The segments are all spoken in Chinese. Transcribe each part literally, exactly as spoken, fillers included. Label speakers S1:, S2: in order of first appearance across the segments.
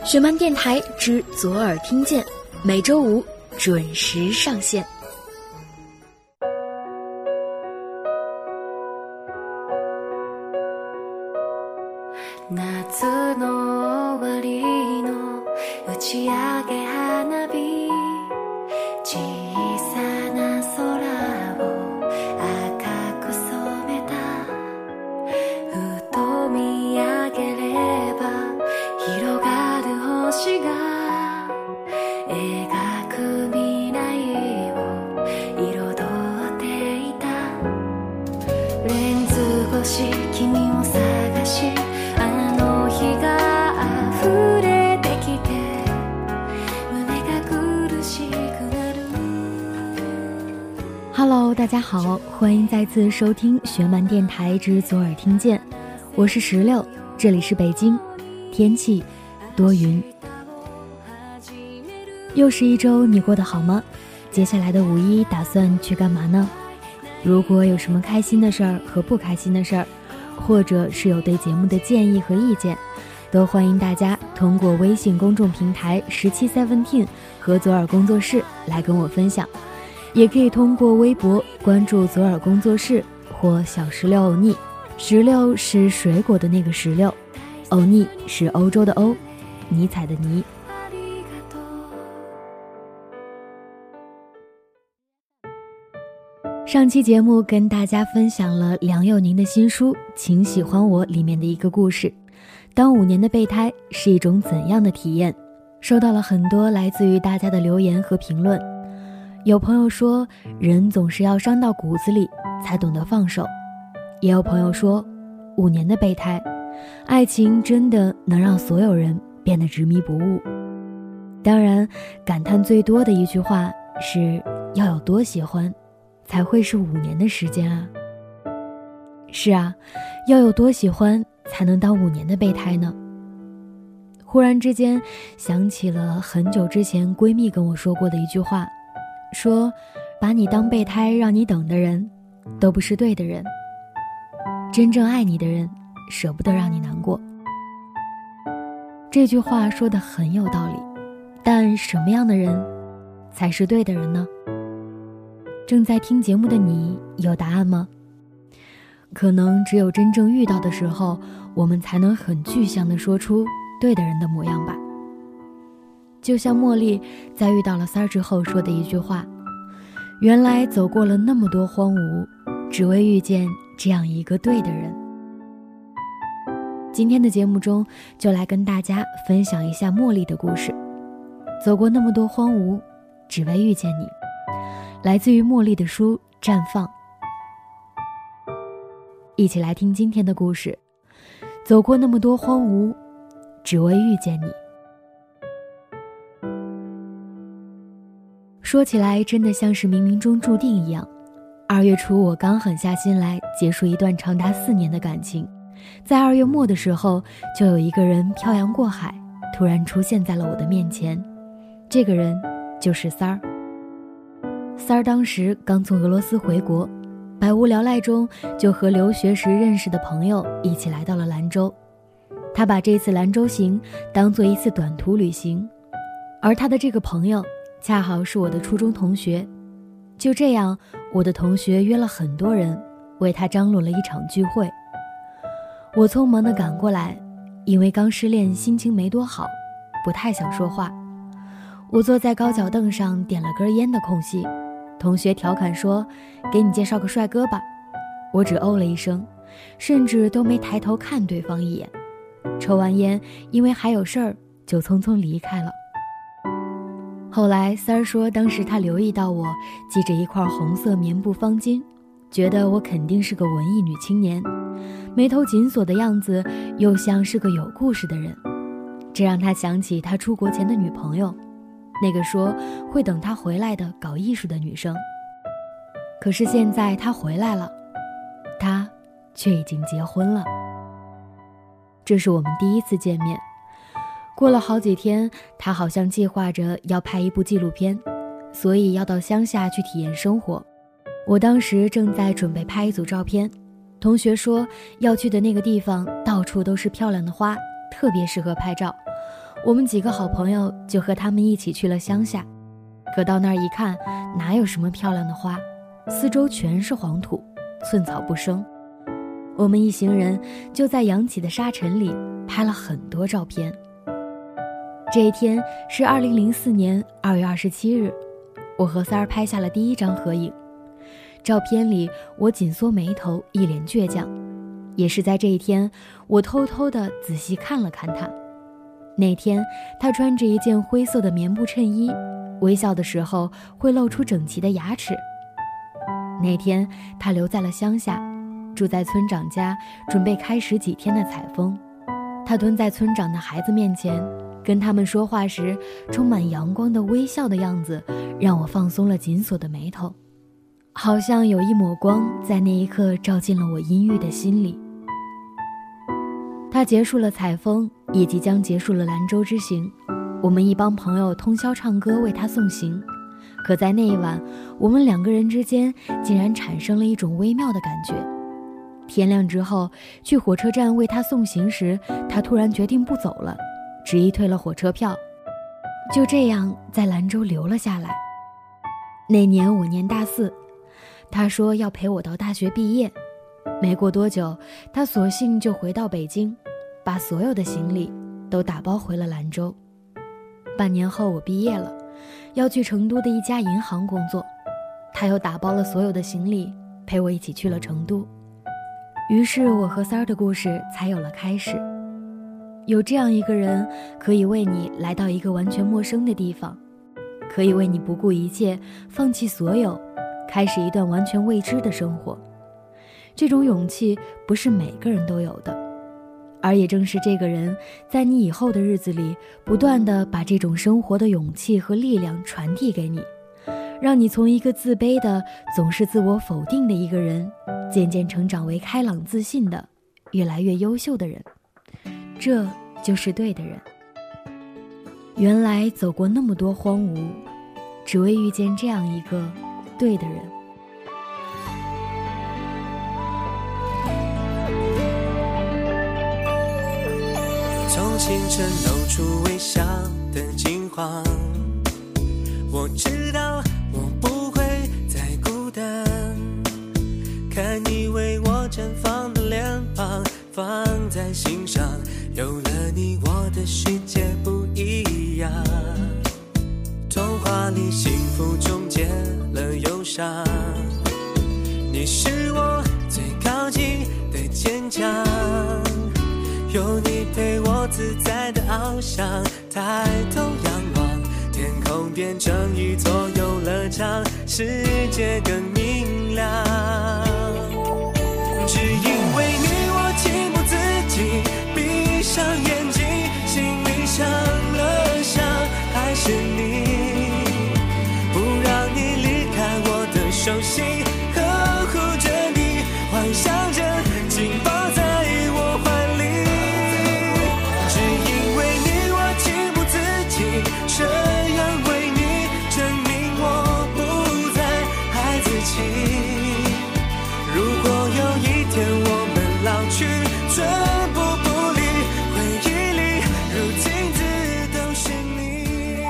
S1: 雪漫电台之左耳听见，每周五准时上线。
S2: 夏の終わりの打ち上げ花火、小さな空を赤く染めた。ふと見上げれば広がる星が描く未来を彩っていた。レンズ越し君を探し、あの日が溢れてきて胸が苦しくなる。
S3: Hello， 大家好，欢迎再次收听雪漫电台之左耳听见，我是石榴，这里是北京，天气多云。又是一周，你过得好吗？接下来的五一打算去干嘛呢？如果有什么开心的事儿和不开心的事儿，或者是有对节目的建议和意见，都欢迎大家通过微信公众平台十七 seventeen 和左耳工作室来跟我分享，也可以通过微博关注左耳工作室或小石榴欧尼。石榴是水果的那个石榴，欧尼是欧洲的欧，尼采的尼。上期节目跟大家分享了梁又宁的新书《请喜欢我》里面的一个故事，当五年的备胎是一种怎样的体验，收到了很多来自于大家的留言和评论。有朋友说人总是要伤到骨子里才懂得放手，也有朋友说五年的备胎，爱情真的能让所有人变得执迷不悟。当然感叹最多的一句话是要有多喜欢才会是五年的时间啊。是啊，要有多喜欢才能当五年的备胎呢？忽然之间想起了很久之前闺蜜跟我说过的一句话，说把你当备胎让你等的人都不是对的人，真正爱你的人舍不得让你难过。这句话说得很有道理，但什么样的人才是对的人呢？正在听节目的你有答案吗？可能只有真正遇到的时候，我们才能很具象地说出对的人的模样吧。就像茉莉在遇到了三儿之后说的一句话，原来走过了那么多荒芜，只为遇见这样一个对的人。今天的节目中就来跟大家分享一下茉莉的故事，走过那么多荒芜，只为遇见你，来自于茉莉的书《绽放》。一起来听今天的故事，走过那么多荒芜，只为遇见你。说起来真的像是冥冥中注定一样，二月初我刚狠下心来结束一段长达四年的感情，在二月末的时候，就有一个人漂洋过海，突然出现在了我的面前。这个人就是三儿。三儿当时刚从俄罗斯回国，百无聊赖中就和留学时认识的朋友一起来到了兰州。他把这次兰州行当做一次短途旅行，而他的这个朋友恰好是我的初中同学。就这样，我的同学约了很多人为他张罗了一场聚会。我匆忙地赶过来，因为刚失恋，心情没多好，不太想说话。我坐在高脚凳上点了根烟的空隙，同学调侃说，给你介绍个帅哥吧。我只哦了一声，甚至都没抬头看对方一眼。抽完烟，因为还有事儿，就匆匆离开了。后来三儿说，当时他留意到我系着一块红色棉布方巾，觉得我肯定是个文艺女青年，眉头紧锁的样子又像是个有故事的人，这让他想起他出国前的女朋友，那个说会等他回来的搞艺术的女生。可是现在他回来了，他却已经结婚了。这是我们第一次见面。过了好几天，他好像计划着要拍一部纪录片，所以要到乡下去体验生活。我当时正在准备拍一组照片，同学说要去的那个地方到处都是漂亮的花，特别适合拍照。 我们几个好朋友就和他们一起去了乡下，可到那儿一看，哪有什么漂亮的花，四周全是黄土，寸草不生。我们一行人就在扬起的沙尘里拍了很多照片。这一天是二零零四年二月二十七日，我和三儿拍下了第一张合影。照片里我紧缩眉头，一脸倔强。也是在这一天，我偷偷地仔细看了看他。那天他穿着一件灰色的棉布衬衣，微笑的时候会露出整齐的牙齿。那天他留在了乡下，住在村长家，准备开始几天的采风。他蹲在村长的孩子面前，跟他们说话时充满阳光的微笑的样子，让我放松了紧锁的眉头，好像有一抹光在那一刻照进了我阴郁的心里。他结束了采风，也即将结束了兰州之行，我们一帮朋友通宵唱歌为他送行。可在那一晚，我们两个人之间竟然产生了一种微妙的感觉。天亮之后，去火车站为他送行时，他突然决定不走了，执意退了火车票，就这样在兰州留了下来。那年我念大四，他说要陪我到大学毕业。没过多久，他索性就回到北京，把所有的行李都打包回了兰州。半年后我毕业了，要去成都的一家银行工作，他又打包了所有的行李，陪我一起去了成都。于是我和三儿的故事才有了开始。有这样一个人，可以为你来到一个完全陌生的地方，可以为你不顾一切，放弃所有，开始一段完全未知的生活。这种勇气不是每个人都有的，而也正是这个人，在你以后的日子里，不断地把这种生活的勇气和力量传递给你，让你从一个自卑的、总是自我否定的一个人，渐渐成长为开朗自信的、越来越优秀的人。这就是对的人。原来走过那么多荒芜，只为遇见这样一个对的人。
S4: 从清晨露出微笑的金黄，我知道我不会再孤单，看你为我绽放的脸庞放在心上，有了你我的世界不一样，童话里幸福终结了忧伤，你是我最靠近的坚强，有你陪我自在的翱翔，抬头仰望，天空变成一座游乐场，世界更明亮。只因为你，我情不自禁闭上眼睛，心里上了伤，还是你不让你离开我的手心，呵护着你，幻想着紧抱在我怀里。这样为你证明我不再孩子气，如果有一天我们老去，寸步不离，回忆里如镜子都是你。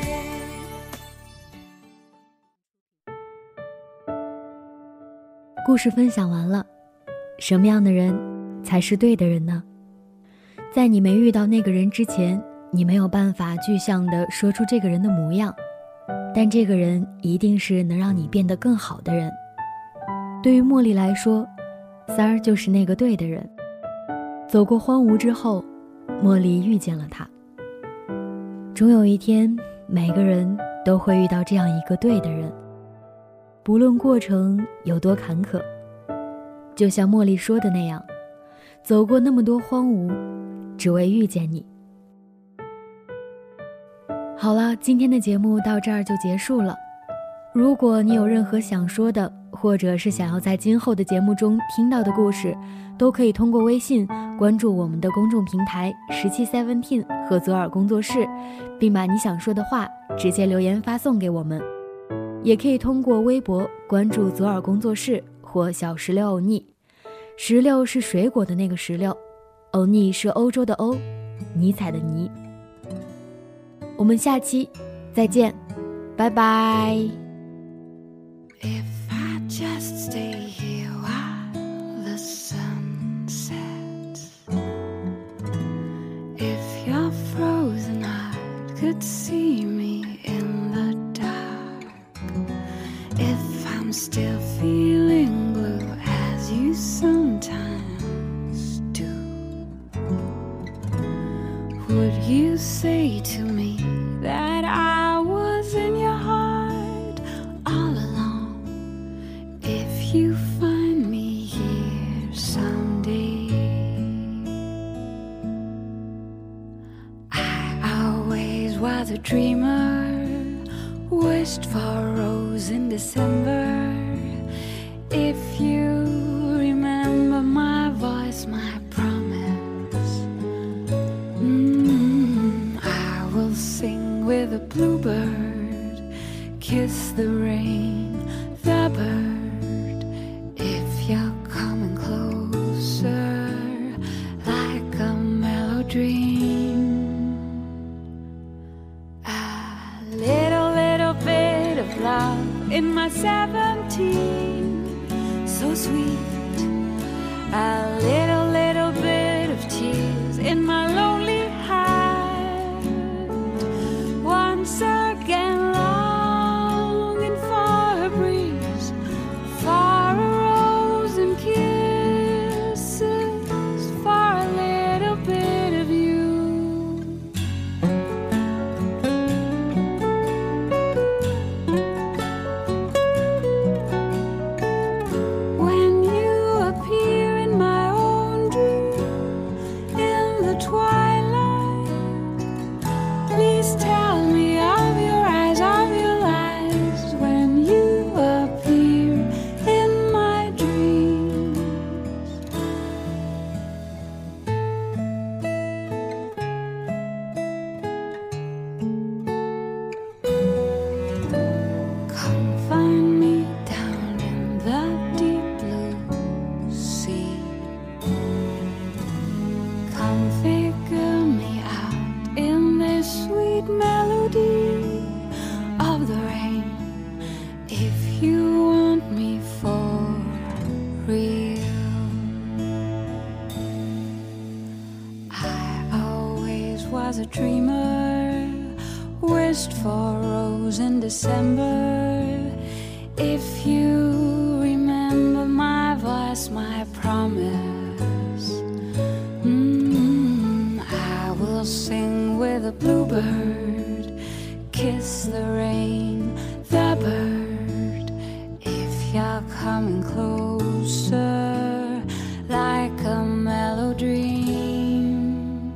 S3: 故事分享完了，什么样的人才是对的人呢？在你没遇到那个人之前，你没有办法具象地说出这个人的模样，但这个人一定是能让你变得更好的人。对于茉莉来说，三儿就是那个对的人。走过荒芜之后，茉莉遇见了他。总有一天，每个人都会遇到这样一个对的人，不论过程有多坎坷。就像茉莉说的那样，走过那么多荒芜，只为遇见你。好了，今天的节目到这儿就结束了。如果你有任何想说的，或者是想要在今后的节目中听到的故事，都可以通过微信关注我们的公众平台十七 seventeen 和左耳工作室，并把你想说的话直接留言发送给我们。也可以通过微博关注左耳工作室或小石榴欧尼。石榴是水果的那个石榴，欧尼是欧洲的欧，尼采的尼。 我们下期再见，拜拜。
S2: If I just stay here while the sun sets, if your frozen heart could see me in the dark, if I'm still feeling blue as you sometimes do, would you say to me that I was in your heart all along? If you find me here someday, I always was a dreamer, wished for a rose in December. If you remember my voice, my promise, mm, I will sing with a bluebird, kiss the rain, the bird. If you're coming closer, like a mellow dream, a little, little bit of love in my seventeen, so sweet. A little, little bit of tears in my lonely heart. Once again longing for a breeze, for a rose and kisses, for a little bit of you. When you appear in my own dream, in the twilight, please tell me of your eyes, of your lies. When you appear in my dreams, come find me down in the deep blue sea. Come figure me out in this sweet melody of the rain. If you want me for real, I always was a dreamer, wished for a rose in December. If you remember my voice, my promise, mm, I will sing with a bluebird, kiss the rain, the bird. If you're coming closer, like a mellow dream,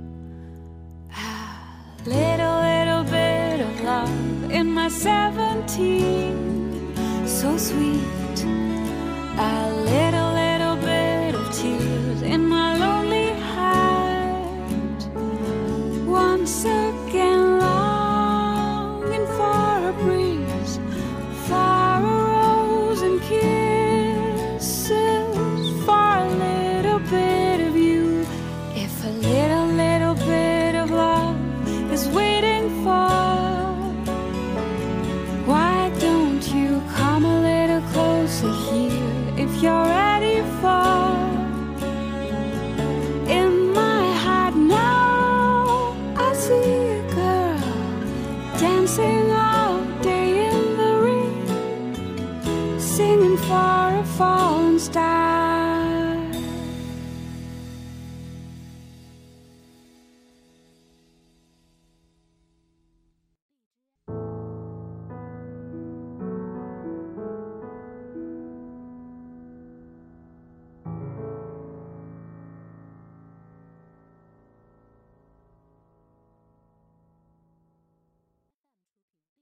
S2: a little, little bit of love in my seventeen, so sweet. A little, little bit of tears in my lonely heart. Once again longing for a breeze, for a rose and kisses, for a little bit of you. If a little, little bit of love is waiting for, why don't you come a little closer here? If you're ready for, in my heart now I see a girl dancing all day in the rain, singing for a fallen star.